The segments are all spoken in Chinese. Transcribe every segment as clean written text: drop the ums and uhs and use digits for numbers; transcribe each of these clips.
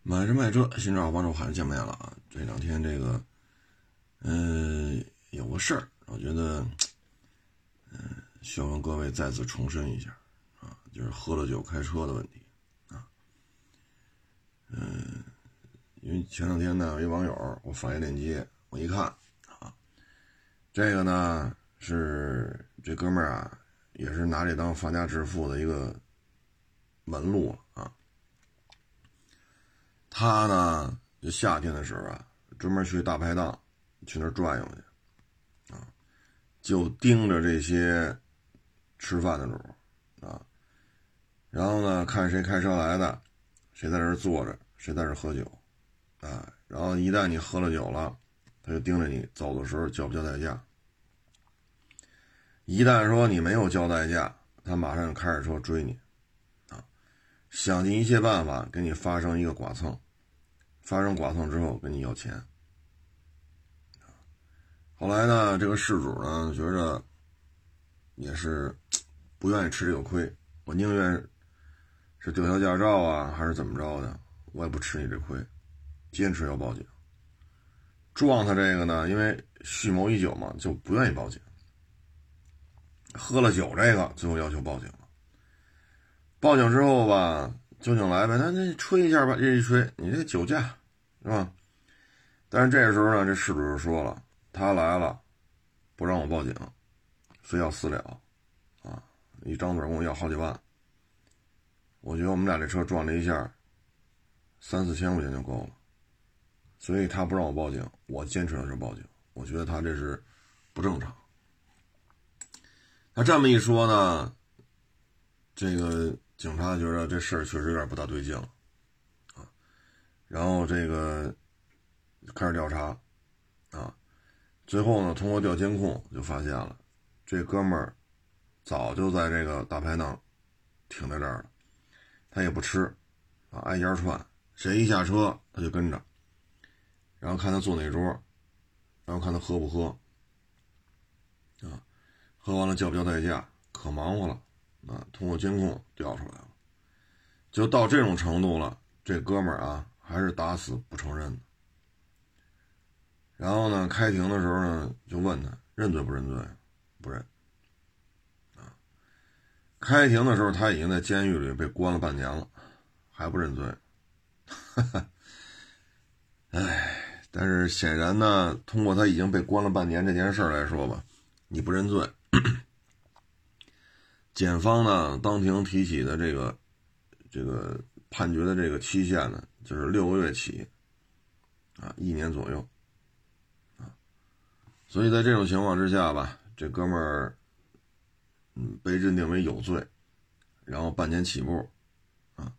买车卖车，新照帮手还是见面了啊！这两天这个，有个事儿，我觉得，需要跟各位再次重申一下啊，就是喝了酒开车的问题啊。因为前两天呢，有一网友我发一链接，我一看啊，这个呢是这哥们儿啊，也是拿这当发家致富的一个门路啊。他呢，就夏天的时候啊，专门去大排档，去那儿转悠去，啊，就盯着这些吃饭的主啊，然后呢，看谁开车来的，谁在这儿坐着，谁在这儿喝酒，啊，然后一旦你喝了酒了，他就盯着你走的时候交不交代价。一旦说你没有交代价，他马上开着车追你，啊，想尽一切办法给你发生一个剐蹭。发生剐蹭之后跟你要钱，后来呢，这个事主呢觉着也是不愿意吃这个亏，我宁愿是吊销驾照啊，还是怎么着的，我也不吃你这亏，坚持要报警。撞他这个呢，因为蓄谋已久嘛，就不愿意报警。喝了酒这个最后要求报警了，报警之后吧，交警来呗，那吹一下吧，这一吹你这酒驾是吧？但是这个时候呢，这事主就说了，他来了不让我报警，非要私了啊，一张嘴跟我要好几万。我觉得我们俩这车撞了一下3-4千块钱就够了，所以他不让我报警，我坚持的是报警。我觉得他这是不正常。他这么一说呢，这个警察觉得这事儿确实有点不大对劲了啊，然后这个开始调查啊，最后呢，通过调监控就发现了，这哥们儿早就在这个大排档停在这儿了，他也不吃啊，挨家串，谁一下车他就跟着，然后看他坐哪桌，然后看他喝不喝啊，喝完了交不交代价，可忙活了啊，通过监控调出来了，就到这种程度了，这哥们儿啊还是打死不承认的。然后呢，开庭的时候呢，就问他认罪不认罪，不认。啊，开庭的时候他已经在监狱里被关了半年了，还不认罪。哎，但是显然呢，通过他已经被关了半年这件事来说吧，你不认罪，检方呢当庭提起的这个判决的这个期限呢，就是6个月起，啊，1年左右。所以在这种情况之下吧，这哥们儿，被认定为有罪，然后半年起步，啊，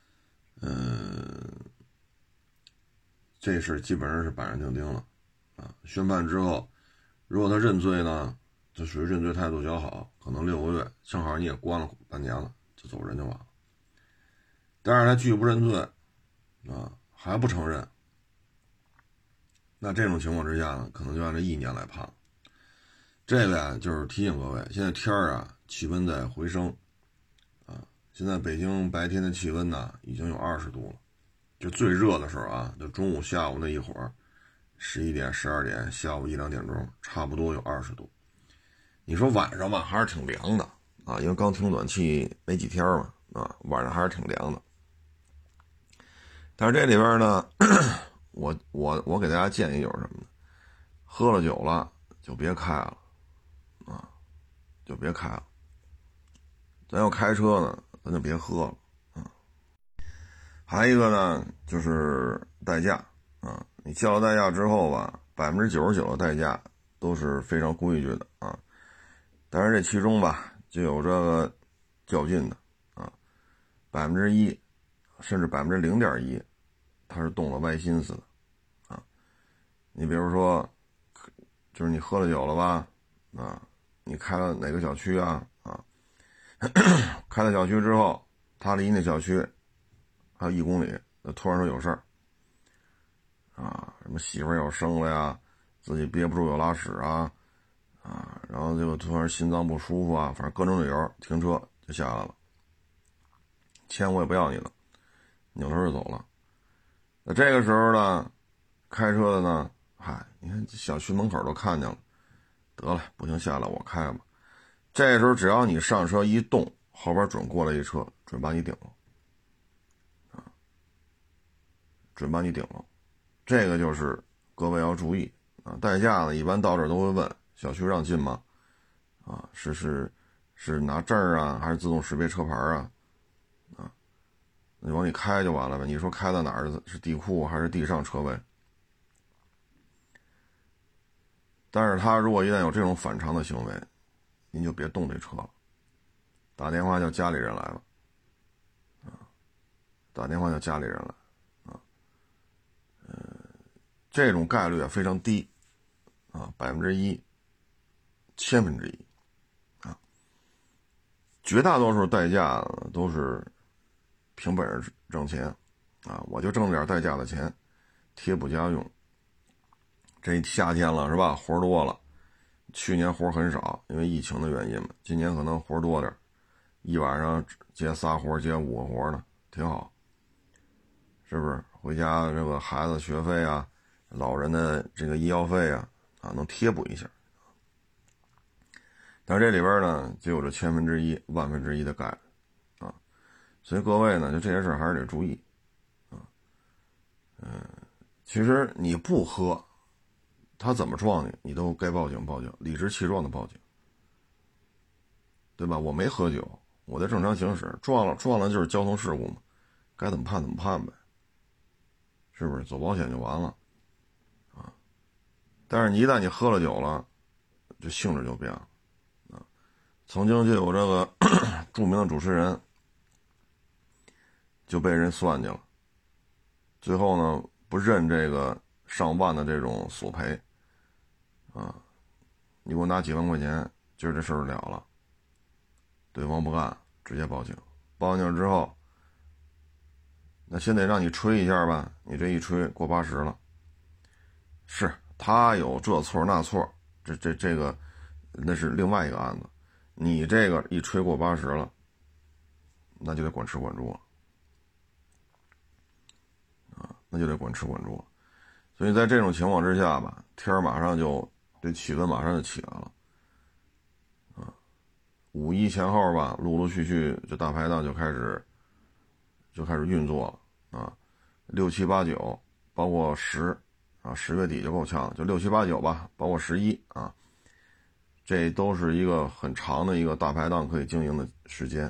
这事基本上是板上钉钉了，啊，宣判之后，如果他认罪呢，就属于认罪态度较好，可能6个月，正好你也关了半年了，就走人就完了。但是他拒不认罪，啊，还不承认。那这种情况之下呢，可能就按这1年来判。这个呀，就是提醒各位，现在天儿啊，气温在回升，啊，现在北京白天的气温呢，已经有20度了，就最热的时候啊，就中午、下午那一会儿，11点、12点，下午1-2点钟，差不多有20度。你说晚上吧，还是挺凉的啊，因为刚停暖气没几天嘛，啊，晚上还是挺凉的。但是这里边呢，我给大家建议就是什么呢？喝了酒了就别开了，啊，就别开了。咱要开车呢，咱就别喝了，啊。还有一个呢，就是代驾啊，你交了代驾之后吧，99%的代驾都是非常规矩的啊，但是这其中吧，就有这个较劲的啊，1%甚至0.1%，他是动了歪心思的啊。你比如说，就是你喝了酒了吧，啊，你开了哪个小区啊，啊，开了小区之后，他离那小区还有1公里，突然说有事儿，啊，什么媳妇儿要生了呀，自己憋不住有拉屎啊，啊，然后就突然心脏不舒服啊，反正各种理由，停车就下来了，钱我也不要你了，扭头就走了。 那这个时候呢，开车的呢，你看小区门口都看见了，得了，不行下来我开吧。这时候只要你上车一动，后边准过来一车，准把你顶了，准把你顶了。这个就是各位要注意啊。代驾呢，一般到这儿都会问小区让进吗？是拿证啊，还是自动识别车牌啊？你往里开就完了呗。你说开到哪儿是地库还是地上车位？但是他如果一旦有这种反常的行为，您就别动这车了，打电话叫家里人来了，打电话叫家里人来，这种概率非常低，1%、1/1000啊，绝大多数代驾都是凭本事挣钱啊，我就挣点代驾的钱，贴补家用。这夏天了是吧？活多了，去年活很少，因为疫情的原因嘛。今年可能活多点，一晚上接仨活，接5个活呢，挺好，是不是？回家这个孩子学费啊，老人的这个医药费啊，能贴补一下。但是这里边呢，就有这1/1000、1/1000的概率啊，所以各位呢，就这些事还是得注意啊。其实你不喝，他怎么撞你，你都该报警报警，理直气壮的报警，对吧？我没喝酒，我在正常行驶，撞了就是交通事故嘛，该怎么判怎么判呗，是不是？走保险就完了啊。但是你一旦你喝了酒了，就性质就变了啊。曾经就有这个著名的主持人就被人算计了，最后呢不认这个上万的这种索赔啊，你给我拿几万块钱，今儿这事儿了了。对方不干，直接报警。报完警之后，那先得让你吹一下吧，你这一吹过80了。是他有这错那错，这个那是另外一个案子。你这个一吹过80了，那就得管吃管住了啊，那就得管吃管住了。所以在这种情况之下吧，天马上就这气温马上就起来了啊。5·1前后吧，陆陆续续这大排档就开始运作了啊。6、7、8、9，包括10啊，10月底就够呛了，就6、7、8、9吧，包括11啊，这都是一个很长的一个大排档可以经营的时间，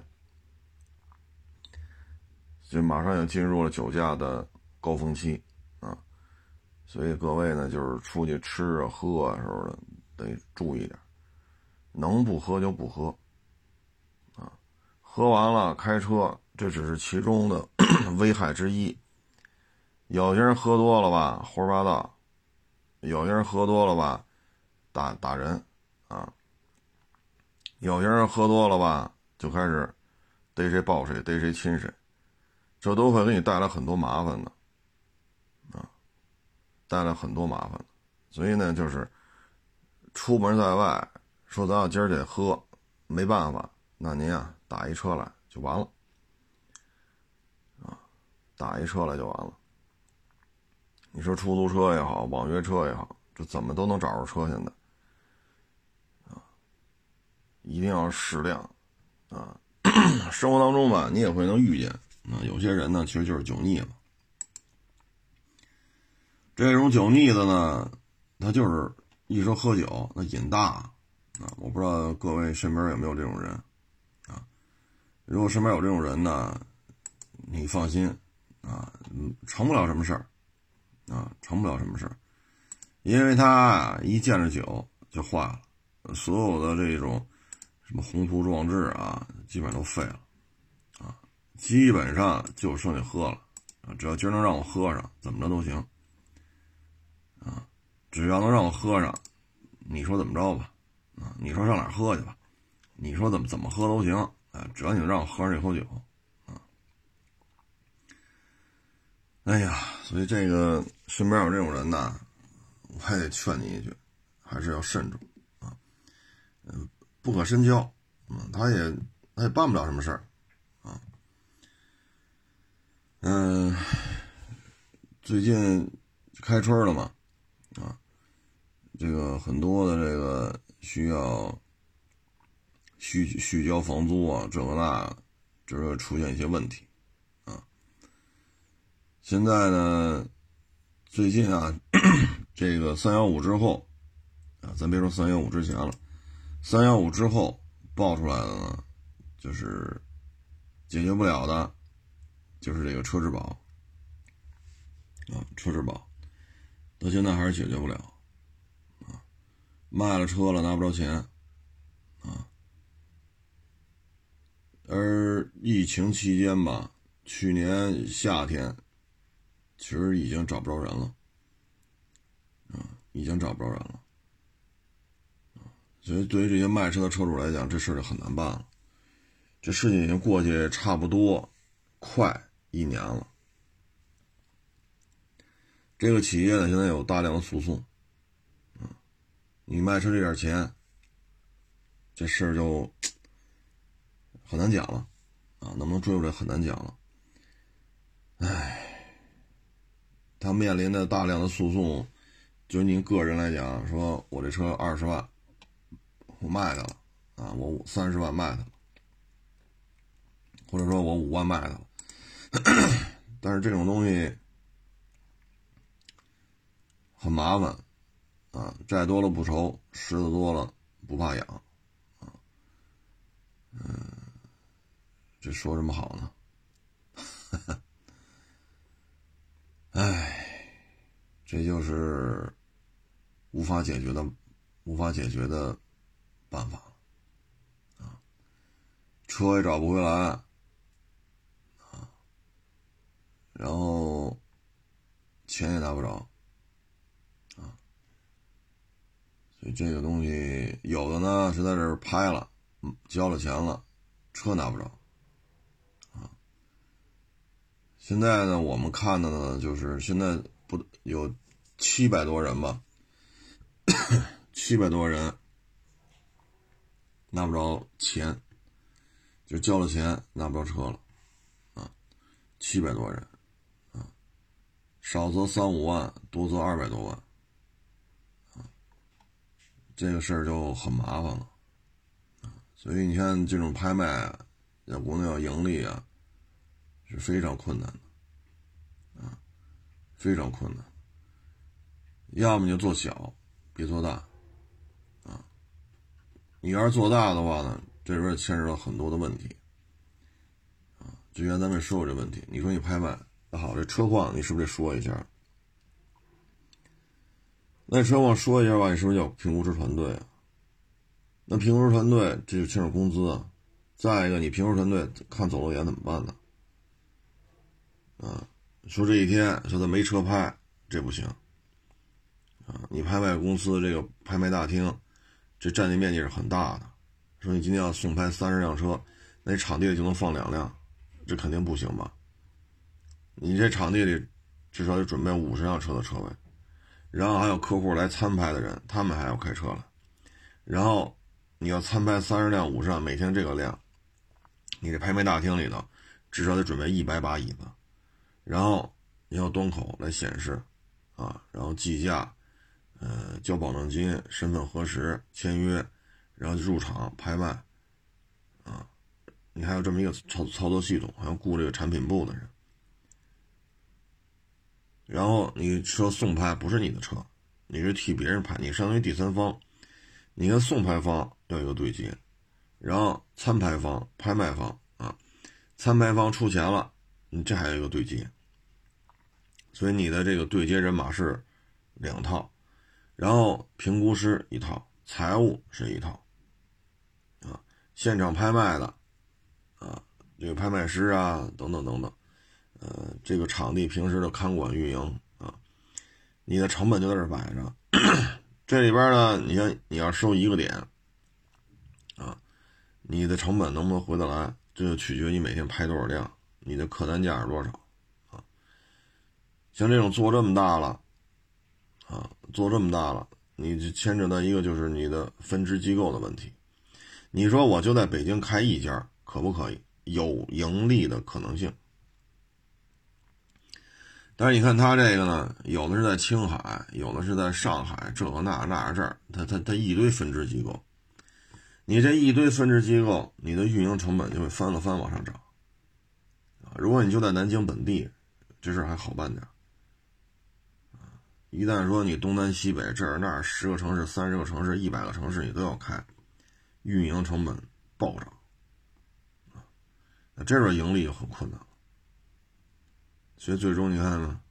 就马上要进入了酒驾的高峰期啊。所以各位呢，就是出去吃啊喝啊时候呢，得注意点，能不喝就不喝啊。喝完了开车，这只是其中的危害之一。有些人喝多了吧，胡说八道；有些人喝多了吧，打人啊；有些人喝多了吧，就开始逮谁抱谁，逮谁亲谁，这都会给你带来很多麻烦的啊，带来很多麻烦的。所以呢，就是出门在外，说咱要今儿得喝，没办法，那您啊打一车来就完了啊，打一车来就完了。你说出租车也好，网约车也好，这怎么都能找着车现在啊，一定要适量啊。生活当中吧，你也会能遇见啊，有些人呢其实就是酒腻了。这种酒腻的呢，他就是一说喝酒那瘾大啊。我不知道各位身边有没有这种人啊？如果身边有这种人呢，你放心啊，成不了什么事儿。成不了什么事儿，因为他一见着酒就坏了，所有的这种什么宏图壮志啊，基本上都废了啊，基本上就剩下喝了啊，只要今儿能让我喝上，怎么着都行啊，只要能让我喝上，你说怎么着吧啊，你说上哪儿喝去吧，你说怎么喝都行啊，只要你能让我喝上这口酒啊。哎呀，所以这个身边有这种人呐，我还得劝你一句，还是要慎重啊。不可深交，他也办不了什么事儿啊。 最近开春了嘛，啊，这个很多的这个需要续交房租啊，这个那个，这会出现一些问题啊。现在呢，最近啊，这个315之后啊，咱别说315之前了，315之后爆出来的呢，就是解决不了的，就是这个车质保啊，车质保到现在还是解决不了啊，卖了车了拿不着钱啊。而疫情期间吧，去年夏天其实已经找不着人了啊，已经找不着人了啊，所以对于这些卖车的车主来讲，这事就很难办了。这事情已经过去差不多快1年了。这个企业呢，现在有大量的诉讼，你卖车这点钱，这事儿就很难讲了啊，能不能追回来很难讲了。唉，他面临的大量的诉讼，就您个人来讲，说我这车20万，我卖它了啊，我30万卖它了，或者说我5万卖它了，但是这种东西很麻烦啊，债多了不愁，虱子多了不怕痒啊。这说什么好呢？唉，这就是无法解决的办法啊，车也找不回来啊，然后钱也拿不着啊，所以这个东西有的呢是在这儿拍了，交了钱了，车拿不着啊。现在呢，我们看的呢，就是现在不有700多人吧，700多人拿不着钱，就交了钱拿不着车了啊，700多人啊，少则3-5万，多则200多万啊，这个事儿就很麻烦了啊。所以你看这种拍卖啊，在国内要盈利啊，是非常困难的啊，非常困难。要么就做小，别做大啊。你要是做大的话呢，这边牵扯到很多的问题啊。之前咱们说过这问题，你说你拍卖，那好，这车况你是不是得说一下？那车况说一下吧，你是不是要评估师团队啊？那评估师团队这就牵扯工资啊。再一个，你评估师团队看走路眼怎么办呢？啊，说这一天说他没车拍，这不行啊。你拍卖公司这个拍卖大厅，这占地面积是很大的。说你今天要送拍30辆车，那你场地里就能放2辆，这肯定不行吧？你这场地里至少得准备50辆车的车位，然后还有客户来参拍的人，他们还要开车来，然后你要参拍30辆、50辆，每天这个量，你这拍卖大厅里头至少得准备100把椅子，然后你要端口来显示啊，然后计价，交保证金、身份核实、签约，然后入场拍卖啊，你还有这么一个操作系统，还要雇这个产品部的人。然后你车送拍不是你的车，你是替别人拍，你相当于第三方，你跟送拍方要有一个对接，然后参拍方、拍卖方啊，参拍方出钱了，你这还有一个对接，所以你的这个对接人马是2套，然后评估师1套，财务是1套啊，现场拍卖的啊，这个拍卖师啊等等等等，这个场地平时的看管运营啊，你的成本就在这摆着。这里边呢，你看你要收1个点啊，你的成本能不能回得来，这就取决于你每天拍多少辆，你的客单价是多少啊。像这种做这么大了啊，做这么大了，你就牵扯到一个就是你的分支机构的问题。你说我就在北京开一家，可不可以？有盈利的可能性。 但是你看他这个呢，有的是在青海，有的是在上海，这个那这儿，他一堆分支机构。你这一堆分支机构，你的运营成本就会翻了翻往上涨。如果你就在南京本地，这事儿还好办点。一旦说你东南西北这儿那儿10个城市、30个城市、100个城市你都要开，运营成本暴涨。那这边盈利就很困难了。所以最终你看呢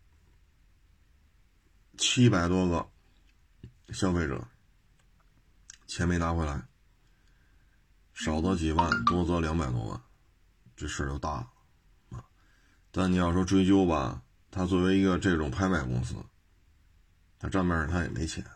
，700多个消费者钱没拿回来，少则几万，多则200多万，这事儿就大了啊。但你要说追究吧，他作为一个这种拍卖公司，他账面上他也没钱，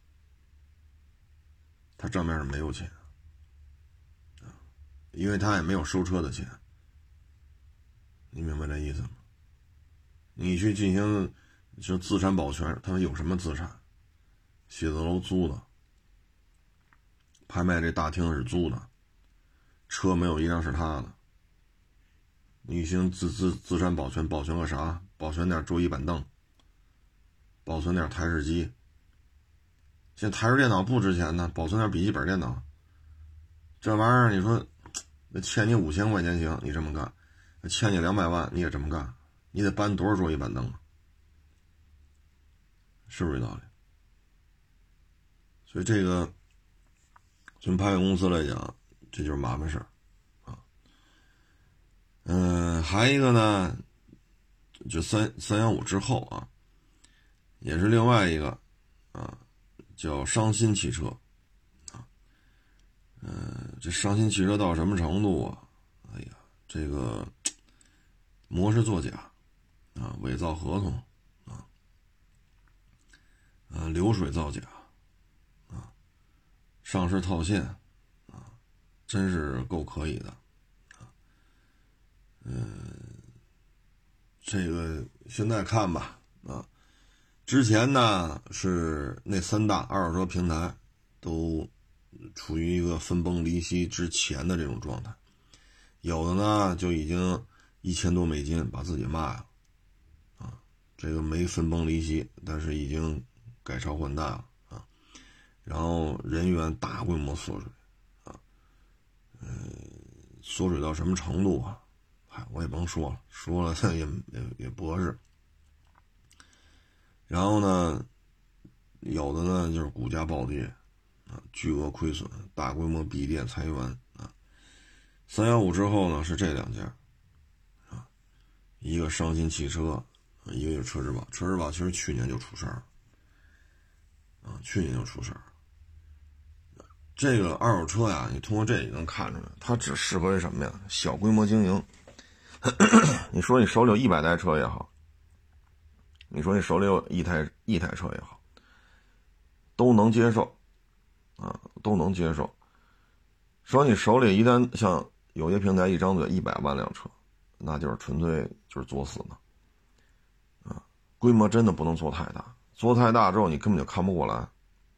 他账面上没有钱啊，因为他也没有收车的钱，你明白这意思吗？你去进行就资产保全，他们有什么资产？写字楼租的，拍卖这大厅是租的，车没有一辆是他的。你行资产保全，保全个啥？保全点桌椅板凳，保存点台式机。现在台式电脑不值钱呢，保存点笔记本电脑。这玩意儿你说，那欠你5000块钱行，你这么干；欠你200万你也这么干，你得搬多少桌椅板凳啊？是不是这道理？所以这个从拍卖公司来讲，这就是麻烦事儿啊。还一个呢，就315之后啊，也是另外一个啊，叫伤心汽车啊。这伤心汽车到什么程度啊？哎呀，这个模式作假啊，伪造合同啊，流水造假啊，上市套现啊，真是够可以的啊。这个现在看吧啊，之前呢是那3大二手车平台都处于一个分崩离析之前的这种状态，有的呢就已经$1000多把自己卖了啊，这个没分崩离析，但是已经改朝换代了啊，然后人员大规模缩水啊，缩水到什么程度啊？我也甭说了，说了也不合适。然后呢，有的呢就是股价暴跌啊，巨额亏损，大规模闭店裁员啊。315之后呢是这2家啊，一个伤心汽车，一个就是车之宝。车之宝其实去年就出事儿了啊，去年就出事儿。这个二手车呀，你通过这也能看出来，它只适合于什么呀？小规模经营。你说你手里有100台车也好，你说你手里有一台车也好，都能接受啊，都能接受。说你手里一旦像有些平台一张嘴100万辆车，那就是纯粹就是作死呢啊！规模真的不能做太大，做太大之后你根本就看不过来，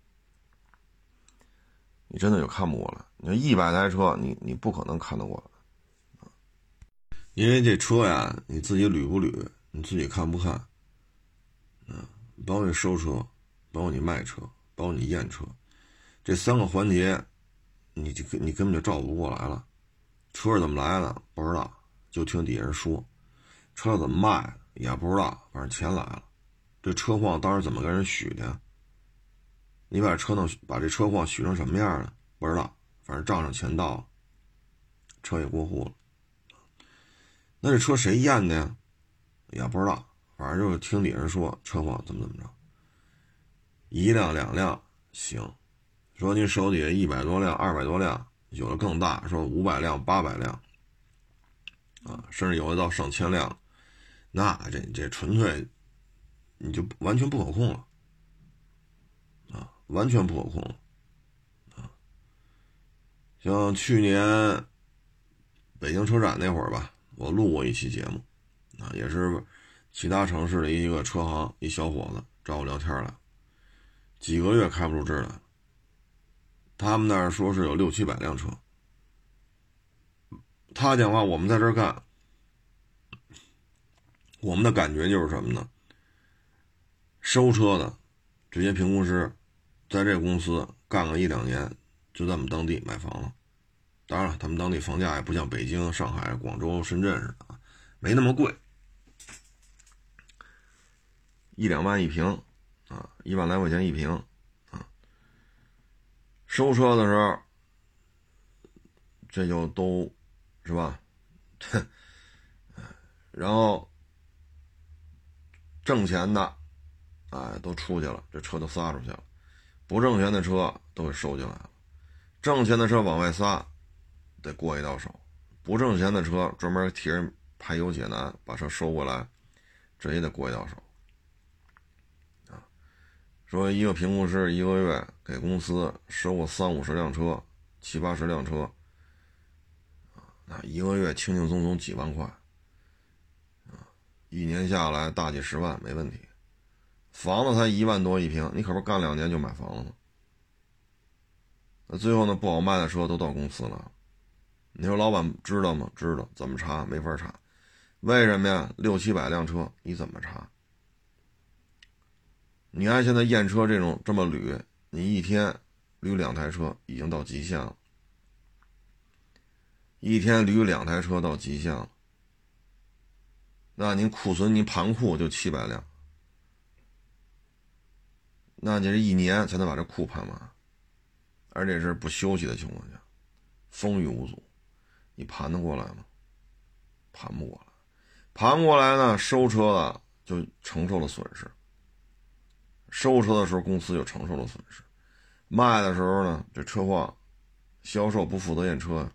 你真的就看不过来。你100台车，你不可能看得过来。因为这车呀，你自己捋不捋，你自己看不看，包括你收车，包括你卖车，包括你验车，这3个环节，你根本就照顾不过来了。车是怎么来的不知道，就听底下人说；车怎么卖的也不知道，反正钱来了。这车况当时怎么跟人许的呀？你把这车况许成什么样的不知道，反正账上钱到了，车也过户了。那这车谁验的呀？也不知道，反正就是听底下人说车况怎么着，1辆2辆行，说你手底下100多辆200多辆，有的更大，说500辆800辆啊，甚至有的到上千辆，那这纯粹你就完全不可控了啊，完全不可控了啊。像去年北京车展那会儿吧，我录过一期节目啊，也是其他城市的一个车行一小伙子找我聊天了，几个月开不出支来，他们那儿说是有600、700辆车。他讲话我们在这儿干， 我们的感觉就是什么呢？收车的这些评估师，在这公司干个1-2年，就在我们当地买房了。当然了，他们当地房价也不像北京、上海、广州、深圳似的啊，没那么贵，1-2万一平啊，1万来块钱一平啊。收车的时候，这就都是吧？然后挣钱的，哎，都出去了，这车都撒出去了；不挣钱的车都给收进来了。挣钱的车往外撒，得过一道手；不挣钱的车专门替人排忧解难，把车收过来，这也得过一道手。啊，说一个评估师一个月给公司收个30-50辆车，70-80辆车，那一个月轻轻松松几万块，一年下来大几十万没问题。房子才1万多一平，你可不是干2年就买房了吗？那最后呢，不好卖的车都到公司了。你说老板知道吗？知道，怎么查？没法查。为什么呀？600-700辆车，你怎么查？你看现在验车这么捋，你一天捋2台车已经到极限了，一天捋2台车到极限了。那您库存，您盘库就700辆，那你这一年才能把这库盘完，而且是不休息的情况下，风雨无阻，你盘得过来吗？盘不过来。盘过来呢，收车的就承受了损失，收车的时候公司就承受了损失，卖的时候呢，这车况销售不负责验车，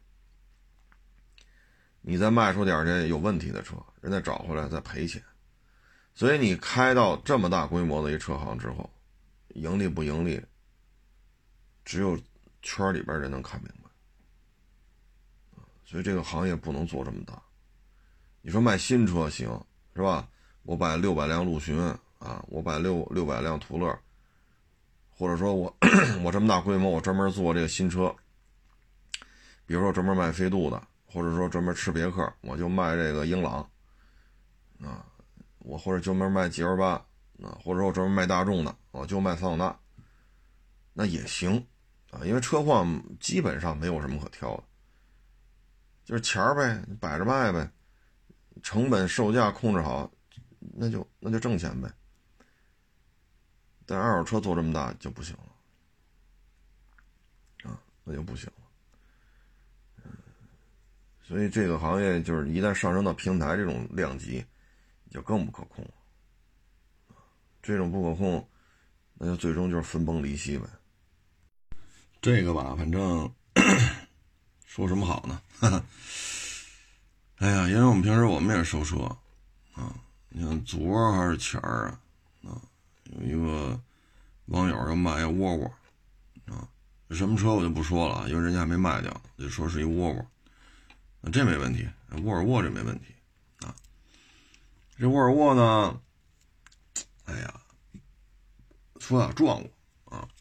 你再卖出点这有问题的车，人家找回来再赔钱。所以你开到这么大规模的一车行之后，盈利不盈利，只有圈里边人能看明白。所以这个行业不能做这么大。你说卖新车行是吧？我摆600辆陆巡啊，我摆600辆途乐，或者说我我这么大规模，我专门做这个新车，比如说专门卖飞度的，或者说专门吃别克，我就卖这个英朗啊，我或者专门卖 GL8啊，或者说我专门卖大众的，我就卖桑塔纳，那也行啊，因为车况基本上没有什么可挑的，就是钱儿呗，摆着卖呗，成本售价控制好，那就挣钱呗。但二手车做这么大就不行了啊，那就不行了。所以这个行业就是一旦上升到平台这种量级，就更不可控了。这种不可控，那就最终就是分崩离析呗。这个吧，反正说什么好呢？哎呀，因为我们也收车啊，你看昨儿还是前儿啊，有一个网友要卖沃尔沃啊，什么车我就不说了，因为人家还没卖掉，就说是一沃尔沃，这没问题，沃尔沃这没问题啊。这沃尔沃呢，哎呀，说要撞我啊，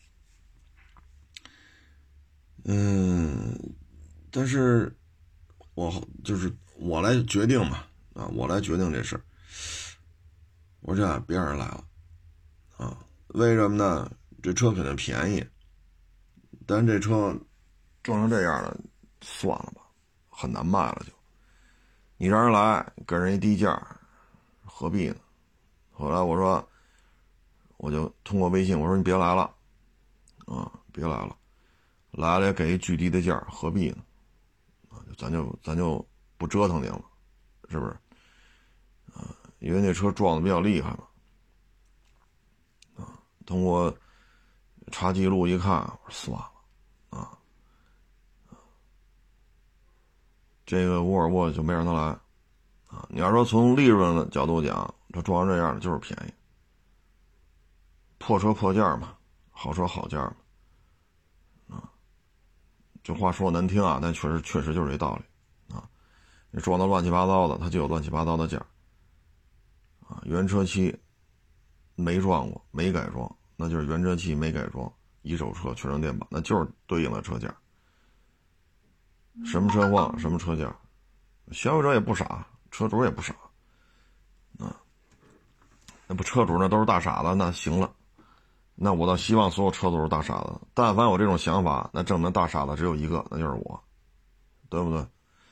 但是我来决定嘛，啊，我来决定这事儿。我说这样别让人来了啊，为什么呢？这车肯定便宜，但这车撞成这样了，算了吧，很难卖了就。你让人来给人一低价，何必呢？后来我说，我就通过微信我说你别来了啊，别来了，来了也给一巨低的价，何必呢？啊，咱就不折腾您了，是不是？啊，因为那车撞的比较厉害嘛。啊，通过查记录一看，我说算了啊，这个沃尔沃就没让他来啊。你要说从利润的角度讲，这撞成这样的就是便宜，破车破价嘛，好车好价嘛。啊，这话说难听啊，但确实就是这道理啊。你撞到乱七八糟的，它就有乱七八糟的价啊。原车漆没撞过，没改装，那就是原车漆没改装，一手车全程电保，那就是对应的车价。什么车况什么车价，消费者也不傻，车主也不傻啊。 那不车主那都是大傻子，那行了，那我倒希望所有车都是大傻子。但凡有这种想法，那证明大傻子只有一个，那就是我，对不对？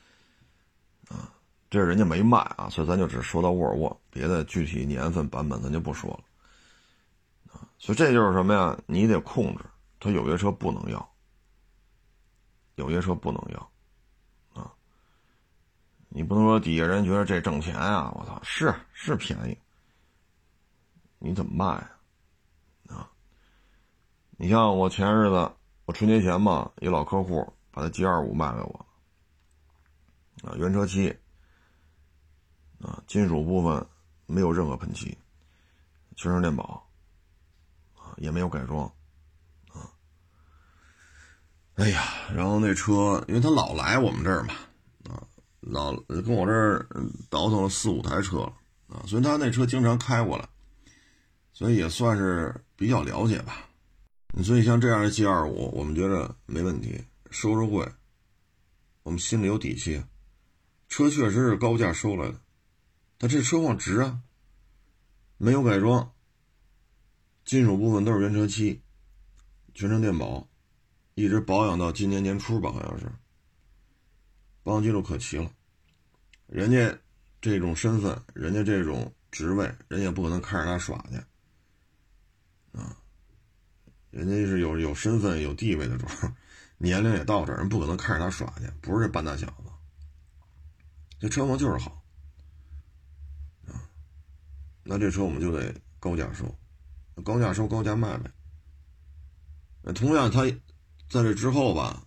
这是人家没卖啊，所以咱就只说到沃尔沃，别的具体年份版本咱就不说了。所以这就是什么呀？你得控制，他有些车不能要，有些车不能要啊。你不能说底下人觉得这挣钱啊，我操，是便宜，你怎么卖啊？你像我前日子，我春节前嘛，一老客户把他 G25 卖给我啊，原车漆啊，金属部分没有任何喷漆，全是电保啊，也没有改装啊。哎呀，然后那车因为他老来我们这儿嘛啊，老跟我这儿倒腾了4、5台车了啊，所以他那车经常开过来，所以也算是比较了解吧。所以像这样的 G25 我们觉得没问题，收拾贵，我们心里有底气，车确实是高价收来的，但这车况值啊，没有改装，金属部分都是原车漆，全程电保，一直保养到今年年初吧，好像是保养记录可齐了。人家这种身份，人家这种职位，人也不可能开着他耍去啊。人家是有身份有地位的主，年龄也到这儿，人不可能看着他耍去，不是这半大小子。这车况就是好啊，那这车我们就得高价收，高价收高价卖呗。同样他在这之后吧，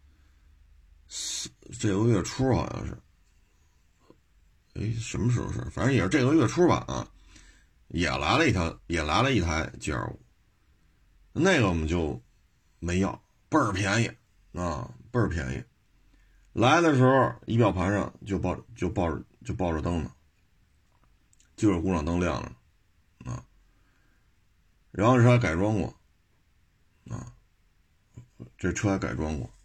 这个月初好像是，什么时候是？反正也是这个月初吧啊，也来了一台 G25。那个我们就没要，倍儿便宜啊，倍儿便宜。来的时候仪表盘上就抱着灯呢，就是故障灯亮了啊。然后是还改装过啊，这车还改装过。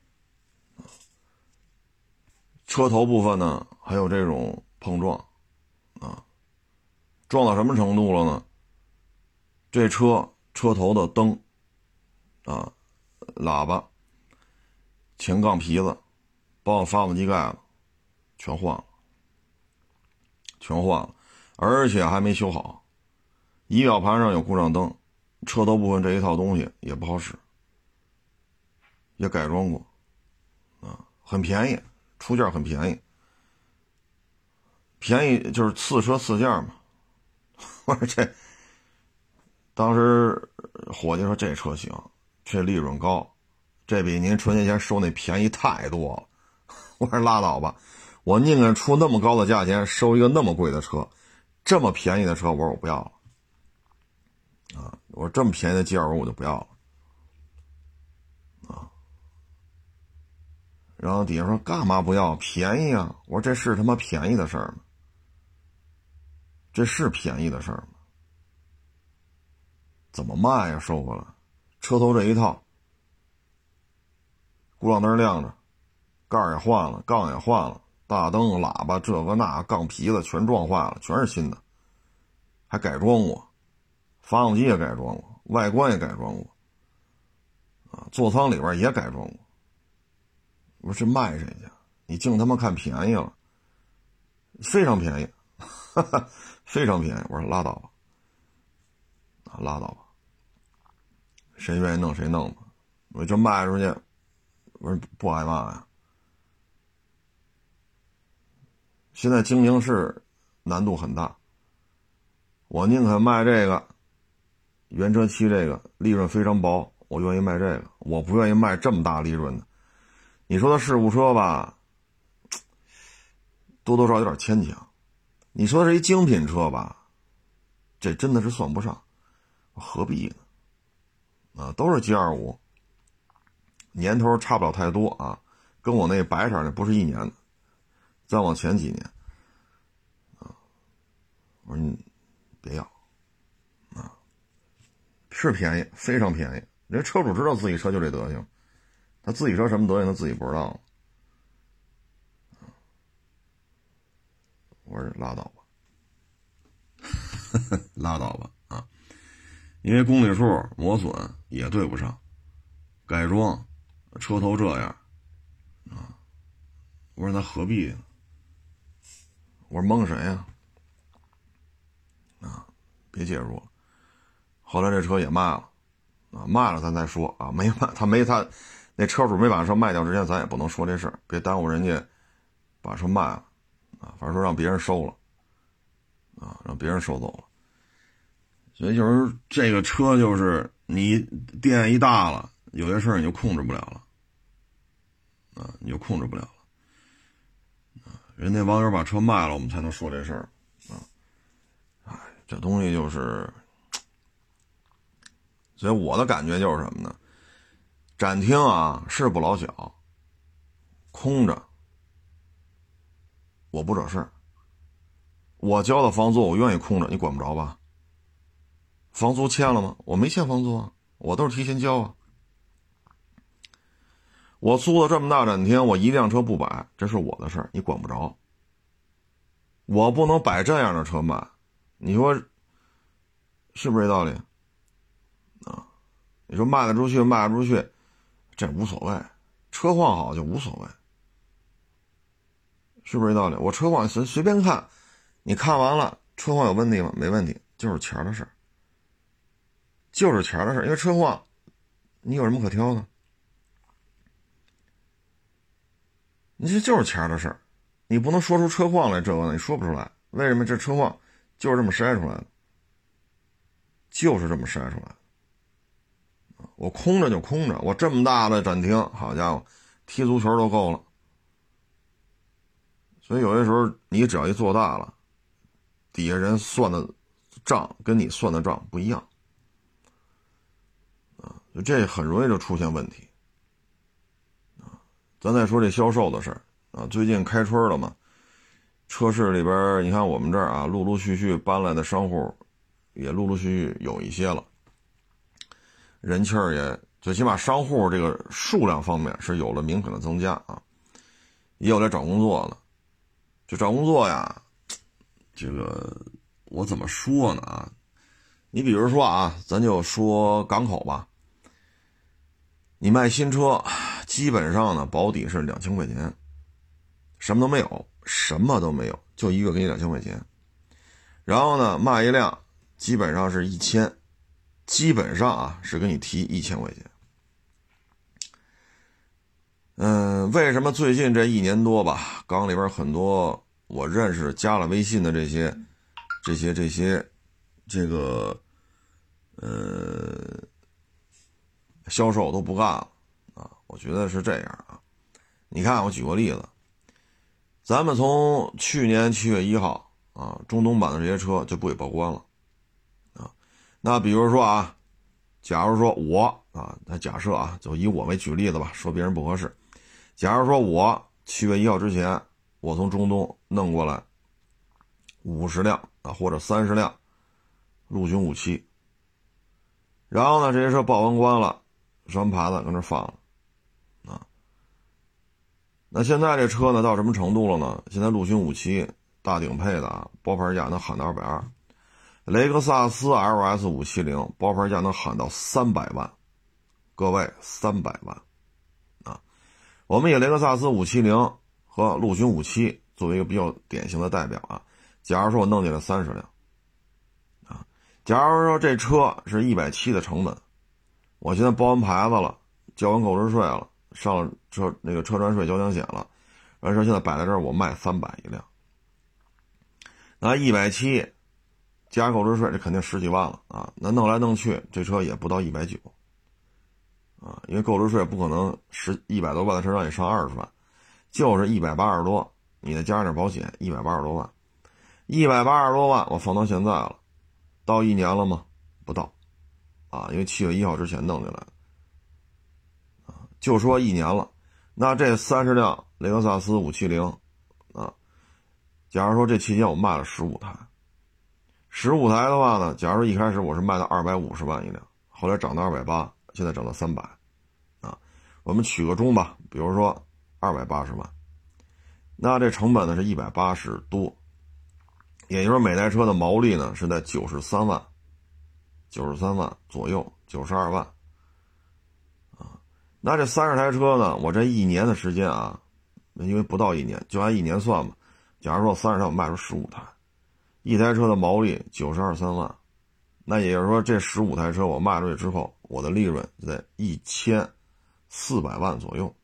车头部分呢还有这种碰撞啊，撞到什么程度了呢？这车头的灯啊，喇叭、前杠皮子，包括发动机盖子全换了，而且还没修好。仪表盘上有故障灯，车头部分这一套东西也不好使，也改装过啊，很便宜，出价很便宜，便宜就是次车次件嘛。我说这当时伙计说这车行，这利润高，这比您春节前收那便宜太多了。我说拉倒吧，我宁愿出那么高的价钱收一个那么贵的车，这么便宜的车我说我不要了啊！我说这么便宜的 G25 我就不要了啊！然后底下说干嘛不要？便宜啊！我说这是他妈便宜的事儿吗？这是便宜的事儿吗？怎么卖呀？收回来，车头这一套，故障灯亮着，盖也换了，杠也换了，大灯、喇叭这个那杠皮子全撞坏了，全是新的，还改装过，发动机也改装过，外观也改装过啊，座舱里边也改装过。我说这卖谁去？你净他妈看便宜了，非常便宜，哈哈，非常便宜。我说拉倒吧，啊，拉倒吧，谁愿意弄谁弄吧，我就卖出去，我说不挨骂呀。现在经营是难度很大，我宁可卖这个原车漆，这个利润非常薄，我愿意卖这个，我不愿意卖这么大利润的。你说的事故车吧，多多少少有点牵强，你说是一精品车吧，这真的是算不上，何必呢？啊，都是 G25，年头差不了太多啊，跟我那白色那不是一年的，再往前几年啊。我说你别要啊，是便宜，非常便宜。人车主知道自己车就这德行，他自己车什么德行他自己不知道。我说拉倒吧。 拉倒吧啊！因为公里数磨损也对不上，改装车头这样啊，我说那何必呢？我说蒙谁呀？别介入了。后来这车也卖了啊，卖了咱再说啊，没卖他那车主没把车卖掉之前，咱也不能说这事儿，别耽误人家把车卖了啊，反正说让别人收了啊，让别人收走了。所以就是这个车就是你店一大了，有些事儿你就控制不了了啊，你就控制不了了啊。人家网友把车卖了，我们才能说这事儿啊。哎，这东西就是，所以我的感觉就是什么呢？展厅啊是不老小，空着我不惹事，我交的房租我愿意空着，你管不着吧？房租签了吗？我没签房租啊，我都是提前交啊。我租了这么大展厅，我一辆车不摆，这是我的事儿，你管不着。我不能摆这样的车卖，你说是不是这道理啊？你说卖得出去卖不出去，这无所谓，车况好就无所谓，是不是这道理？我车况随便看，你看完了车况有问题吗？没问题，就是钱的事儿，就是钱的事儿。因为车况你有什么可挑的？你这就是钱的事儿，你不能说出车况来，这个你说不出来。为什么？这车况就是这么筛出来的，就是这么筛出来的。我空着就空着，我这么大的展厅，好家伙，踢足球都够了。所以有些时候你只要一做大了，底下人算的账跟你算的账不一样啊，就这很容易就出现问题啊。咱再说这销售的事儿啊，最近开春了嘛，车市里边你看我们这儿啊，陆陆续续搬来的商户也陆陆续续有一些了，人气儿也最起码商户这个数量方面是有了明显的增加啊，也有来找工作了。就找工作呀，这个我怎么说呢啊？你比如说啊，咱就说港口吧，你卖新车，基本上呢保底是2000块钱，什么都没有，什么都没有，就一个给你2000块钱。然后呢，卖一辆基本上是1000，基本上啊是给你提1000块钱。为什么最近这1年多吧，港里边很多我认识加了微信的这个销售都不干了啊？我觉得是这样啊。你看，我举个例子，咱们从去年7月1号啊，中东版的这些车就不给报关了啊。那比如说啊，假如说我啊，那假设啊，就以我为举例子吧，说别人不合适。假如说我7月1号之前，我从中东弄过来50辆啊，或者30辆陆军57，然后呢，这些车报完关了，什么牌子搁那放了啊？那现在这车呢，到什么程度了呢？现在陆军57大顶配的啊，包牌价能喊到220，雷克萨斯 LS 570包牌价能喊到300万，各位300万。我们以雷克萨斯570和陆军57作为一个比较典型的代表啊。假如说我弄进来30辆啊，假如说这车是170的成本，我现在包完牌子了，交完购置税了，上了车船税交强险了，完事现在摆在这儿，我卖300一辆，那170加购置税，这肯定10几万了啊。那弄来弄去，这车也不到190啊，因为购置税不可能100多万的车让你上20万，就是180多，你再加上点保险，180多万，180多万我放到现在了，到1年了吗？不到啊，因为7月1号之前弄进来的啊，就说1年了。那这30辆雷克萨斯570啊，假如说这期间我卖了15台，15台的话呢，假如一开始我是卖到250万一辆，后来涨到280，现在涨到300啊，我们取个中吧，比如说280万，那这成本呢是180多， 也就是说每台车的毛利呢是在93万左右，92万啊。那这30台车呢，我这1年的时间啊，因为不到1年，就按1年算吧。假如说30台我卖出15台，一台车的毛利92、3万，那也就是说这15台车我卖出去之后，我的利润就在1400万左右。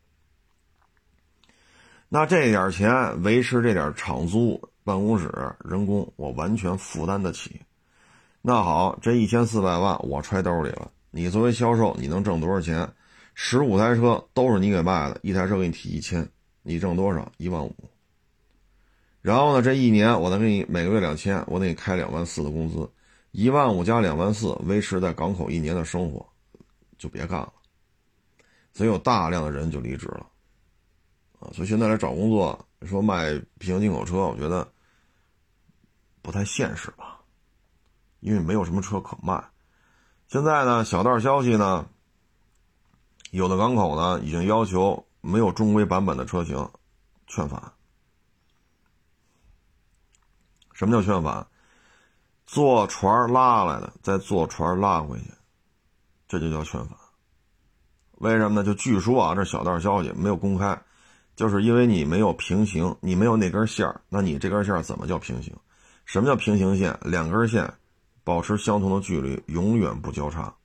那这点钱维持这点厂租、办公室、人工，我完全负担得起。那好，这1400万我揣兜里了，你作为销售你能挣多少钱？15台车都是你给卖的，一台车给你提1000，你挣多少？15000。然后呢，这1年我再给你每个月2000，我得给你开24000的工资，15000加24000维持在港口1年的生活，就别干了。所以有大量的人就离职了啊。所以现在来找工作，说卖平行进口车，我觉得不太现实吧，因为没有什么车可卖。现在呢，小道消息呢，有的港口呢已经要求没有中规版本的车型劝返。什么叫劝返？坐船拉来的，再坐船拉回去，这就叫劝返。为什么呢？就据说啊，这小道消息没有公开，就是因为你没有平行，你没有那根线，那你这根线怎么叫平行？什么叫平行线？两根线保持相同的距离，永远不交叉，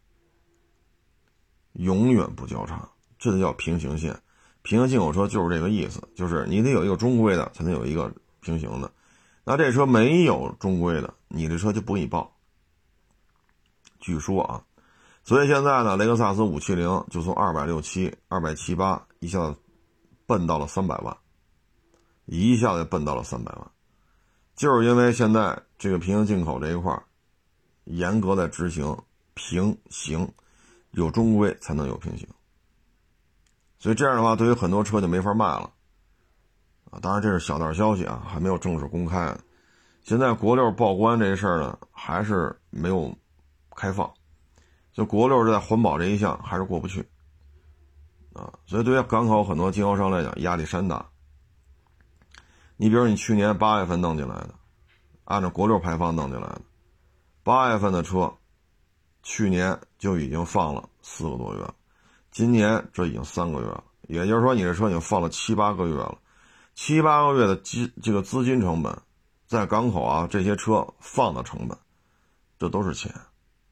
永远不交叉，这就叫平行线。平行进口车就是这个意思，就是你得有一个中规的，才能有一个平行的。那这车没有中规的，你这车就不给你报。据说啊，所以现在呢，雷克萨斯570就从267、278一下子奔到了300万，一下子奔到了300万，就是因为现在这个平行进口这一块严格的执行平行，有中规才能有平行，所以这样的话，对于很多车就没法卖了。当然这是小道消息啊，还没有正式公开。现在国六报关这事儿呢，还是没有开放，就国六在环保这一项还是过不去啊。所以对于港口很多经销商来讲，压力山大。你比如你去年8月份弄进来的，按照国六排放弄进来的，8月份的车，去年就已经放了4个多月了，今年这已经3个月了，也就是说你这车已经放了7、8个月了。7、8个月的这个资金成本，在港口啊，这些车放的成本，这都是钱，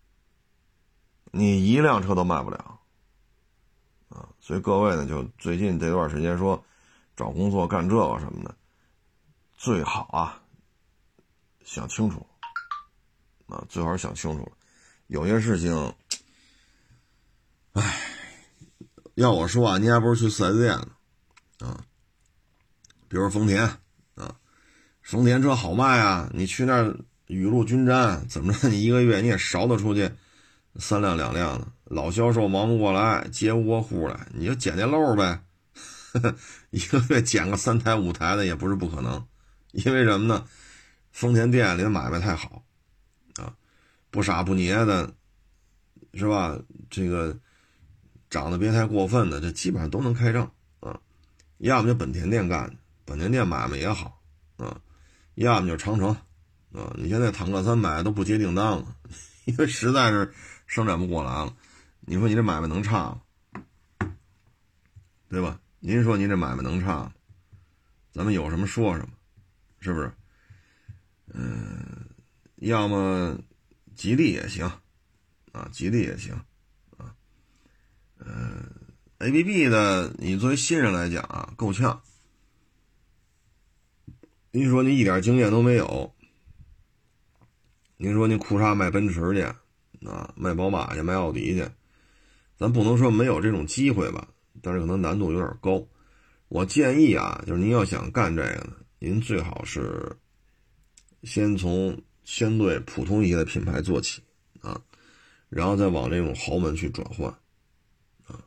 你一辆车都卖不了啊。所以各位呢，就最近这段时间说找工作干这个什么的，最好啊想清楚啊，最好是想清楚了。有些事情，要我说啊，你还不如去4S店呢啊。比如丰田啊，丰田车好卖啊，你去那儿雨露均沾，怎么着你一个月你也少得出去3辆2辆的，老销售忙不过来，接不过户来，你就捡那漏呗，一个月捡个3台5台的也不是不可能。因为什么呢？丰田店里的买卖太好啊，不傻不捏的，是吧？这个长得别太过分的，这基本上都能开账啊。要么就本田店干的，本田店买卖也好啊，要么就长城啊。你现在坦克300都不接订单了，因为实在是生产不过来了。你说你这买卖能差吗？对吧？您说您这买卖能差吗？咱们有什么说什么，是不是？要么吉利也行啊，吉利也行啊。ABB 的你作为新人来讲啊，够呛。您说你一点经验都没有，您说您裤衩卖奔驰去啊，卖宝马去，卖奥迪去，咱不能说没有这种机会吧，但是可能难度有点高。我建议啊，就是您要想干这个呢，您最好是先从相对普通一些的品牌做起啊，然后再往这种豪门去转换啊。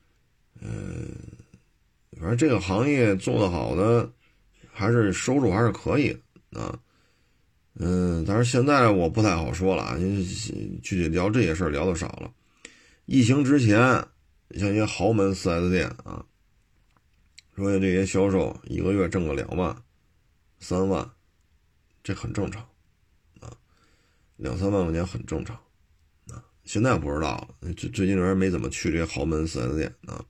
反正这个行业做得好的，还是收入还是可以的啊。但是现在我不太好说了啊，具体聊这些事儿聊得少了。疫情之前，像一些豪门 4S 店啊，说这些销售一个月挣个2万、3万这很正常啊，2-3万块钱很正常啊。现在不知道了，最近人没怎么去这些豪门 4S 店啊。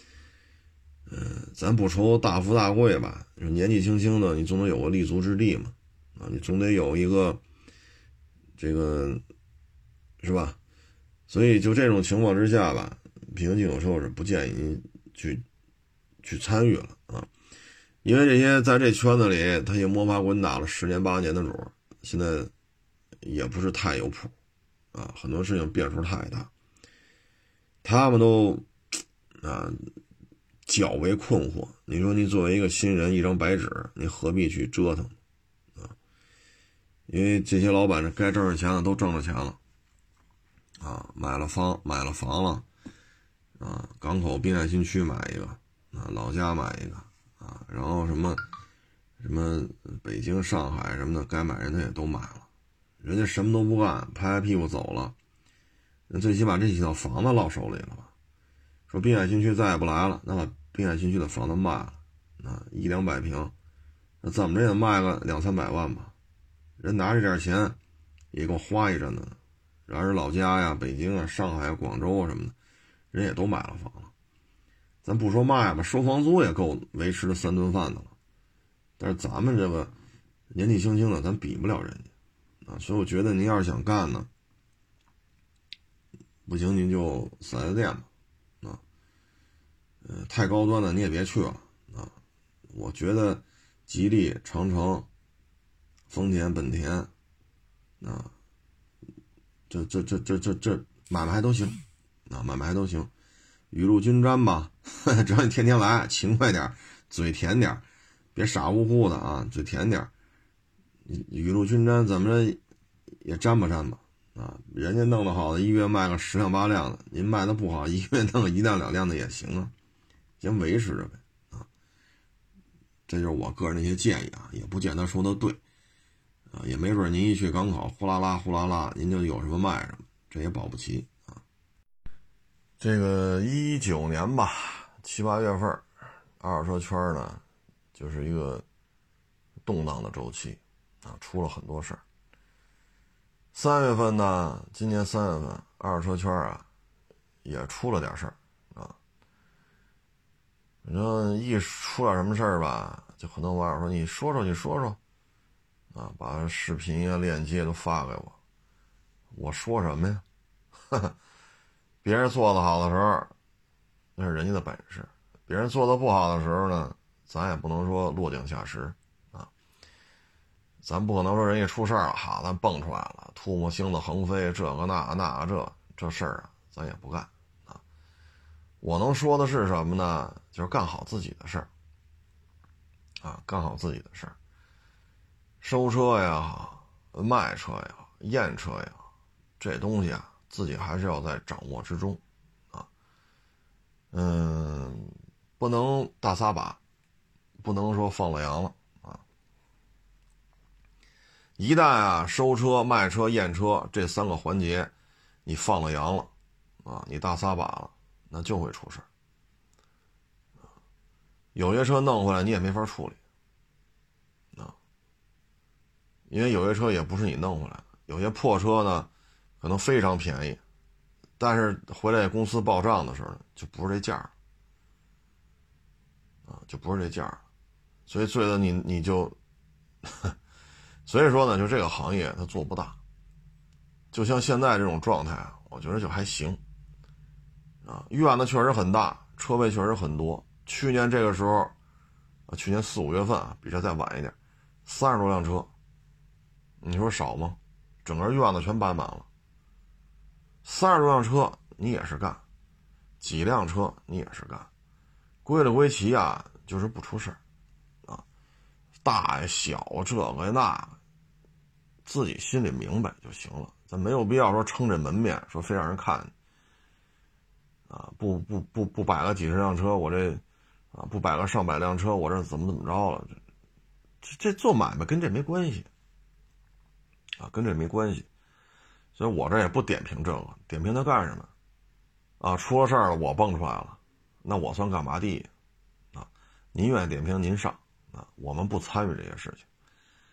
咱不愁大富大贵吧，年纪轻轻的你总得有个立足之地嘛，啊，你总得有一个这个是吧？所以就这种情况之下吧，平行进口车是不建议您去参与了啊，因为这些在这圈子里他也摸爬滚打了10年8年的主，现在也不是太有谱啊，很多事情变数太大，他们都啊较为困惑。你说你作为一个新人，一张白纸，你何必去折腾啊？因为这些老板这该挣着钱的都挣着钱了啊，买了房了啊，港口滨海新区买一个啊，老家买一个啊，然后什么北京上海什么的该买人家也都买了，人家什么都不干，拍拍屁股走了，那最起码这几套房子落手里了吧？说滨海新区再也不来了，那把滨海新区的房子卖了啊，100-200平，那怎么着也卖个200-300万吧，人拿这点钱也够花一阵子的。然而老家呀，北京啊、上海啊、广州啊什么的，人也都买了房了。咱不说卖吧，收房租也够维持3顿饭的了。但是咱们这个年纪轻轻的，咱比不了人家啊。所以我觉得您要是想干呢，不行您就4S店吧，啊，太高端的你也别去了啊。我觉得吉利、长城、丰田、本田啊。这买卖还都行啊，买卖还都行，雨露均沾吧，只要你天天来，勤快点，嘴甜点，别傻乎乎的啊，嘴甜点，雨露均沾，怎么着也沾吧沾吧啊，人家弄得好的，一月卖个10辆8辆的，您卖的不好，一月弄个1辆2辆的也行啊，先维持着呗啊，这就是我个人的一些建议啊，也不见得说的对。啊，也没准您一去港口，呼啦啦，您就有什么卖什么，这也保不齐啊。这个19年吧，7、8月份，二手车圈呢，就是一个动荡的周期啊，出了很多事儿。3月份呢，今年3月份，二手车圈啊，也出了点事儿啊。反正一出点什么事儿吧，就很多网友说：“你说说。”啊，把视频啊、链接都发给我，我说什么呀？别人做得好的时候，那是人家的本事；别人做得不好的时候呢，咱也不能说落井下石啊。咱不可能说人家出事儿了，好，咱蹦出来了，唾沫星子横飞，这个那这事儿啊，咱也不干啊。我能说的是什么呢？就是干好自己的事儿啊，干好自己的事儿。收车也好，卖车也好，验车也好，这东西啊，自己还是要在掌握之中啊。不能大撒把，不能说放了羊了啊。一旦啊收车、卖车、验车这3个环节，你放了羊了啊，你大撒把了，那就会出事儿。有些车弄回来你也没法处理。因为有些车也不是你弄回来的，有些破车呢，可能非常便宜，但是回来公司报账的时候就不是这价啊，就不是这价，所以醉的你就，所以说呢，就这个行业它做不大，就像现在这种状态啊，我觉得就还行，啊，院子确实很大，车位确实很多，去年这个时候，去年4、5月份啊，比这再晚一点，30多辆车。你说少吗？整个院子全摆满了，30多辆车你也是干，几辆车你也是干，归了归齐啊，就是不出事儿啊，大呀小啊这个那个，自己心里明白就行了，咱没有必要说撑着门面，说非让人看啊，不摆个几十辆车，我这啊不摆个上百辆车，我这怎么着了？这做买卖跟这没关系。啊，跟这没关系，所以我这也不点评这个，点评它干什么？啊，出了事儿了，我蹦出来了，那我算干嘛的？啊，您愿意点评您上啊，我们不参与这些事情。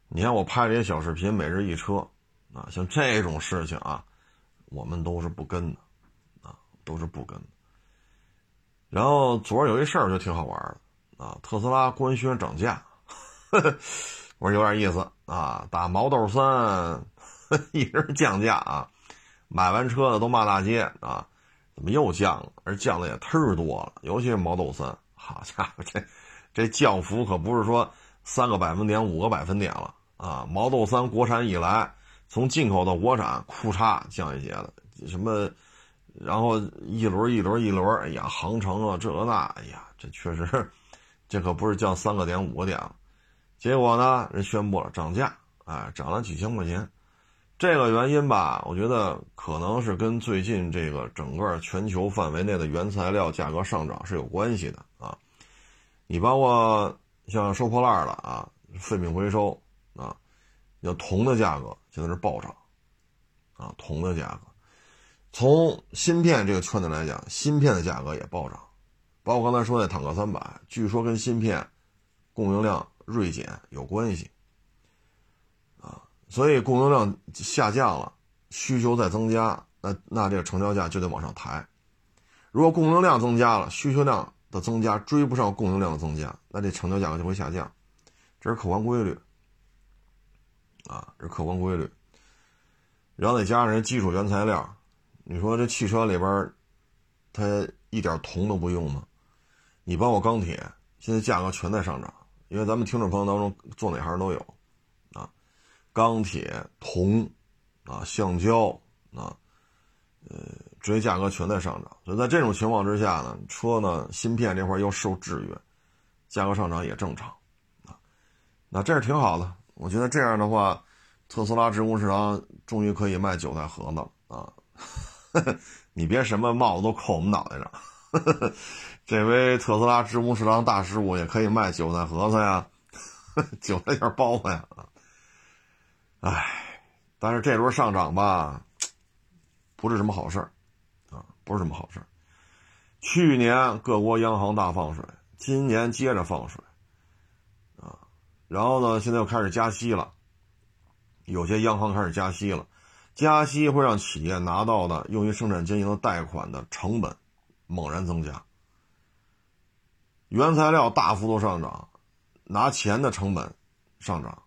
你看我拍这些小视频，每日一车啊，像这种事情啊，我们都是不跟的啊，都是不跟的。然后昨儿有一事儿就挺好玩的啊，特斯拉官宣涨价，我说有点意思啊，打Model 3一直降价啊，买完车的都骂大街啊，怎么又降了？而降的也忒多了，尤其是Model 3，好家伙，这降幅可不是说3个百分点、5个百分点了啊！Model 3国产以来，从进口到国产，库嚓降一截了，什么，然后一轮，哎呀，航程啊这那，哎呀，这确实，这可不是降3个点、5个点了。结果呢，人宣布了涨价，哎，涨了几千块钱。这个原因吧，我觉得可能是跟最近这个整个全球范围内的原材料价格上涨是有关系的啊。你包括像收破烂的啊，废品回收啊，要铜的价格现在是暴涨啊，铜的价格。从芯片这个圈子来讲，芯片的价格也暴涨，包括刚才说的坦克300，据说跟芯片供应量锐减有关系啊，所以供应量下降了，需求在增加，那这个成交价就得往上抬。如果供应量增加了，需求量的增加追不上供应量的增加，那这成交价格就会下降，这是客观规律啊，这是客观规律。然后再加上人基础原材料，你说这汽车里边它一点铜都不用吗？你包括钢铁，现在价格全在上涨，因为咱们听众朋友当中做哪行都有啊，钢铁、铜啊、橡胶啊，这些价格全在上涨，所以在这种情况之下呢，车呢芯片这块又受制约，价格上涨也正常啊。那这是挺好的，我觉得这样的话，特斯拉直供市场终于可以卖韭菜盒子了啊！你别什么帽子都扣我们脑袋上，这位特斯拉直供市场大师傅也可以卖韭菜盒子呀，韭菜馅包子呀啊！唉，但是这轮上涨吧，不是什么好事啊，不是什么好事。去年各国央行大放水，今年接着放水啊，然后呢，现在又开始加息了，有些央行开始加息了，加息会让企业拿到的用于生产经营的贷款的成本猛然增加，原材料大幅度上涨，拿钱的成本上涨，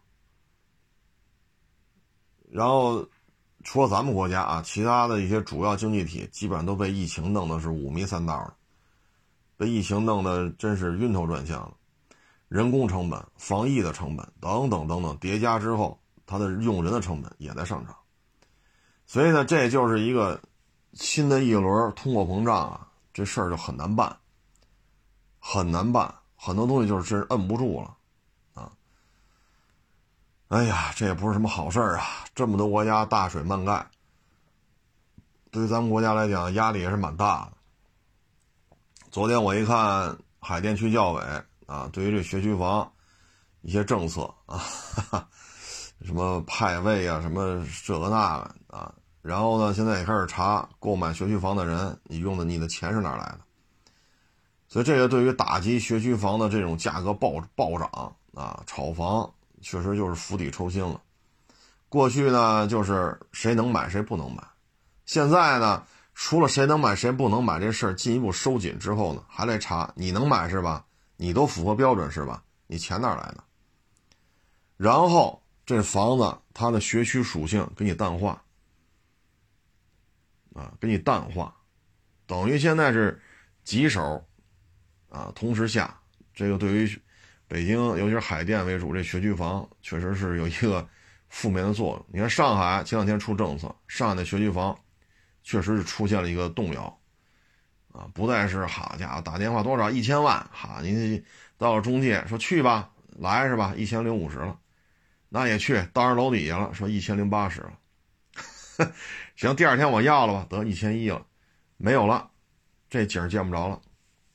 然后除了咱们国家啊，其他的一些主要经济体基本上都被疫情弄的是五迷三道的，被疫情弄得真是晕头转向了，人工成本、防疫的成本等等等等叠加之后，它的用人的成本也在上涨，所以呢，这就是一个新的一轮通货膨胀啊，这事儿就很难办，很难办，很多东西就是摁不住了啊。哎呀，这也不是什么好事儿啊！这么多国家大水漫盖，对于咱们国家来讲压力也是蛮大的。昨天我一看海淀区教委啊，对于这学区房一些政策啊，什么派位啊，什么这个那个啊，然后呢，现在也开始查购买学区房的人，你的钱是哪来的？所以这个对于打击学区房的这种价格暴涨啊，炒房确实就是釜底抽薪了。过去呢，就是谁能买谁不能买，现在呢，除了谁能买谁不能买这事儿进一步收紧之后呢，还得查你能买是吧？你都符合标准是吧？你钱哪来的？然后这房子它的学区属性给你淡化啊，给你淡化，等于现在是几手啊同时下，这个对于北京尤其是海淀为主这学区房确实是有一个负面的作用。你看上海前两天出政策，上海的学区房确实是出现了一个动摇啊，不再是好家伙打电话多少1000万，哈，你到了中介说去吧，来是吧，1050了，那也去，到人楼底下了，说1080了，行，第二天我要了吧，得1100了，没有了，这景儿见不着了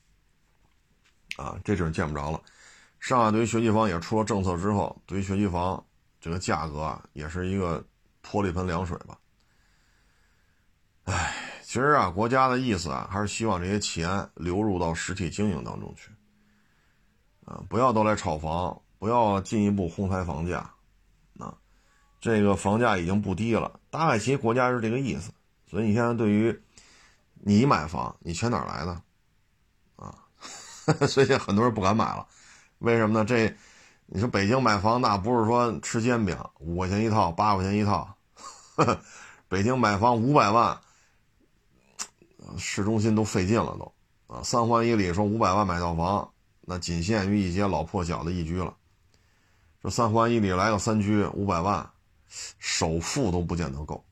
啊，这景儿见不着了。上海对于学区房也出了政策之后，对于学区房这个价格啊，也是一个泼了一盆凉水吧。唉，其实啊，国家的意思啊，还是希望这些钱流入到实体经营当中去，啊，不要都来炒房，不要进一步哄抬房价， 这个房价已经不低了，大概其国家是这个意思。所以你现在对于你买房，你钱哪儿来的啊？所以现在很多人不敢买了，为什么呢？你说北京买房，那不是说吃煎饼5块钱一套8块钱一套，北京买房500万，市中心都费劲了都啊。3环以里说500万买套房，那仅限于一些老破小的一居了。说3环以里来个3居500万，首付都不见得够。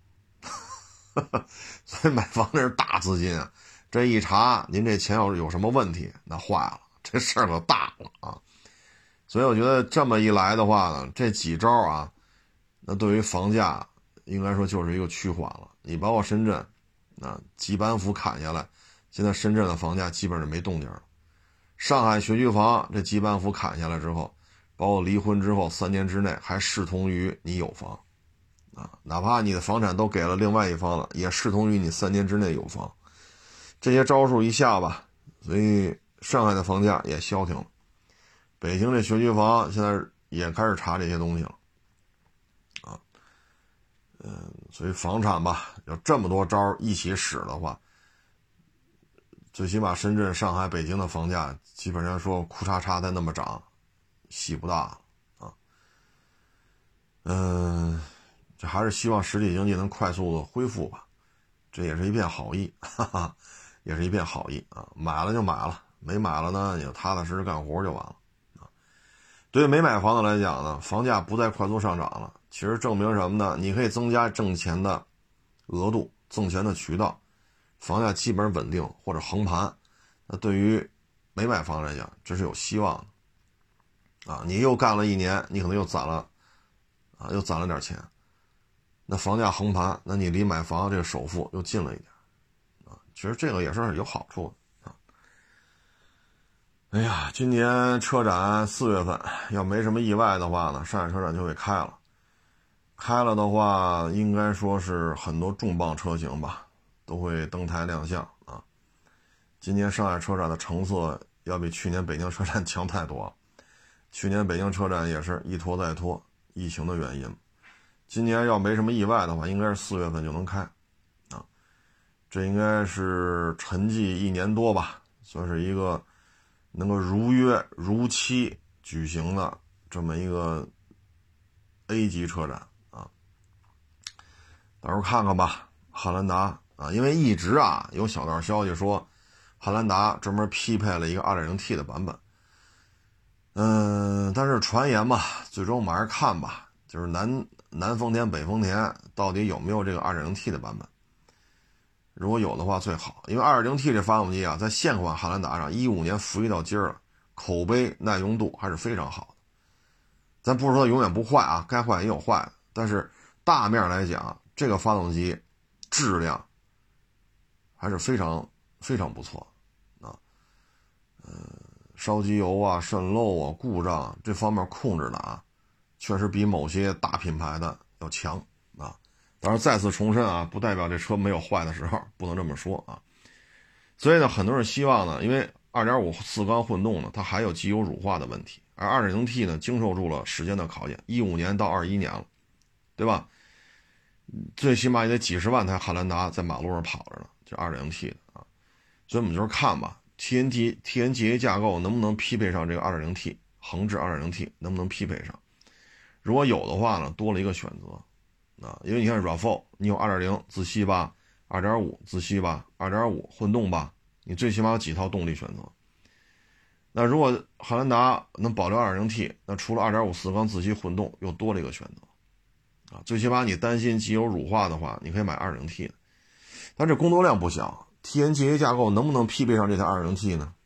所以买房这是大资金啊，这一查您这钱要是有什么问题，那坏了，这事儿可大了啊。所以我觉得这么一来的话呢，这几招啊，那对于房价应该说就是一个趋缓了。你包括深圳啊，几板斧砍下来，现在深圳的房价基本上没动静了。上海学区房这几板斧砍下来之后，包括离婚之后3年之内还视同于你有房啊，哪怕你的房产都给了另外一方了，也视同于你3年之内有房。这些招数一下吧，所以上海的房价也消停了。北京这学区房现在也开始查这些东西了啊，所以房产吧，要这么多招一起使的话，最起码深圳、上海、北京的房价基本上说哭嚓嚓再那么涨，戏不大了啊。这还是希望实体经济能快速的恢复吧，这也是一片好意，哈哈，也是一片好意啊。买了就买了，没买了呢，也就踏踏实实干活就完了啊。对于没买房的来讲呢，房价不再快速上涨了，其实证明什么呢？你可以增加挣钱的额度、挣钱的渠道，房价基本稳定或者横盘。那对于没买房来讲，这是有希望的啊。你又干了1年，你可能又攒了点钱。那房价横盘，那你离买房这个首付又近了一点啊，其实这个也是有好处的啊。哎呀，今年车展4月份，要没什么意外的话呢，上海车展就会开了。开了的话，应该说是很多重磅车型吧，都会登台亮相啊。今年上海车展的成色要比去年北京车展强太多了。去年北京车展也是一拖再拖，疫情的原因。今年要没什么意外的话，应该是4月份就能开啊。这应该是沉寂1年多吧，算是一个能够如约如期举行的这么一个 A 级车展啊。到时候看看吧，汉兰达啊，因为一直啊有小道消息说汉兰达专门匹配了一个 2.0T 的版本。但是传言吧，最终我们还是看吧，就是南丰田北丰田到底有没有这个 2.0T 的版本。如果有的话最好，因为 2.0T 这发动机啊，在现款汉兰达上15年服役到今儿了，口碑耐用度还是非常好的。咱不是说永远不坏啊，该坏也有坏的，但是大面来讲，这个发动机质量还是非常非常不错啊。烧机油啊、渗漏啊、故障这方面控制的啊，确实比某些大品牌的要强啊。当然再次重申啊，不代表这车没有坏的时候，不能这么说啊。所以呢，很多人希望呢，因为 2.5 4缸混动呢，它还有机油乳化的问题，而 2.0T 呢，经受住了时间的考验，15年到21年了，对吧？最起码也得几十万台汉兰达在马路上跑着呢，就 2.0T 的啊。所以我们就是看吧， TNGA 架构能不能匹配上这个 2.0T， 横置 2.0T 能不能匹配上？如果有的话呢，多了一个选择啊。因为你看 RAV4 你有 2.0 自吸吧， 2.5 自吸吧， 2.5 混动吧，你最起码有几套动力选择。那如果汉兰达能保留 2.0T， 那除了 2.5 4缸自吸混动又多了一个选择啊。最起码你担心机油乳化的话，你可以买 2.0T 的，但这工作量不小。TNGA 架构能不能匹配上这台 2.0T 呢？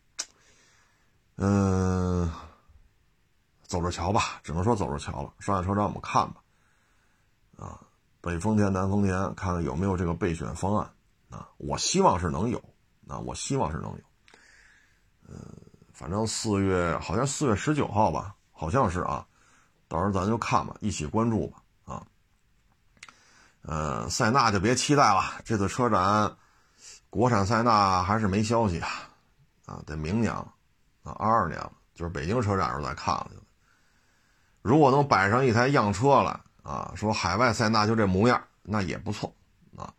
走着瞧吧，只能说走着瞧了。上海车展我们看吧，啊，北丰田、南丰田看看有没有这个备选方案啊。我希望是能有，我希望是能有。反正4月好像4月19号吧，好像是啊，到时候咱就看吧，一起关注吧啊。塞纳就别期待了，这次车展。国产塞纳还是没消息啊，得明年了啊，22年了，就是北京车展时候再看了。如果能摆上一台样车来啊，说海外塞纳就这模样，那也不错啊。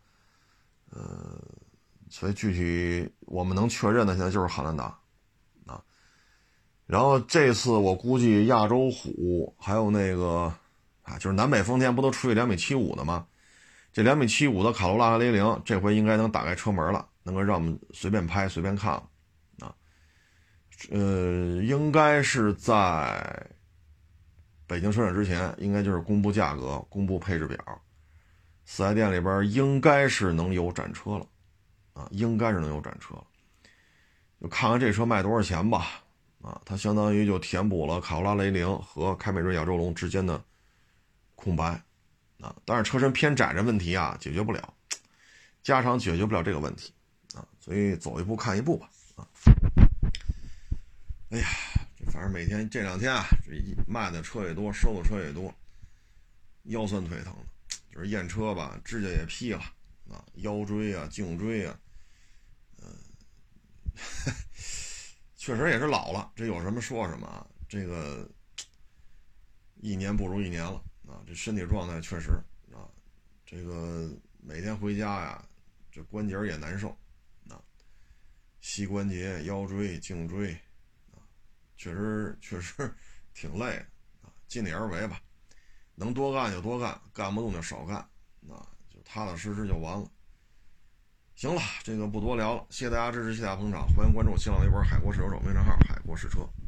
所以具体我们能确认的现在就是汉兰达啊。然后这次我估计亚洲虎还有那个啊，就是南北丰田不都除以2.75米的吗？这2.75米的卡罗拉和雷凌这回应该能打开车门了，能够让我们随便拍随便看了啊。应该是在北京车展之前，应该就是公布价格、公布配置表，4S店里边应该是能有展车了啊，应该是能有展车了。就看看这车卖多少钱吧啊，它相当于就填补了卡罗拉雷凌和凯美瑞亚洲龙之间的空白啊。但是车身偏窄这问题啊解决不了，加长解决不了这个问题啊，所以走一步看一步吧啊。哎呀，反正每天这2天啊，这卖的车也多，收的车也多，腰酸腿疼的，就是验车吧，指甲也劈了啊，腰椎啊、颈椎啊，确实也是老了，这有什么说什么啊，这个一年不如一年了啊，这身体状态确实啊，这个每天回家呀，这关节也难受啊，膝关节、腰椎、颈椎啊，确实挺累的啊，尽力而为吧，能多干就多干，干不动就少干啊，就踏踏实实就完了。行了，这个不多聊了，谢谢大家支持，谢谢大家捧场，欢迎关注新浪微博海阔试车手微信号海阔试车。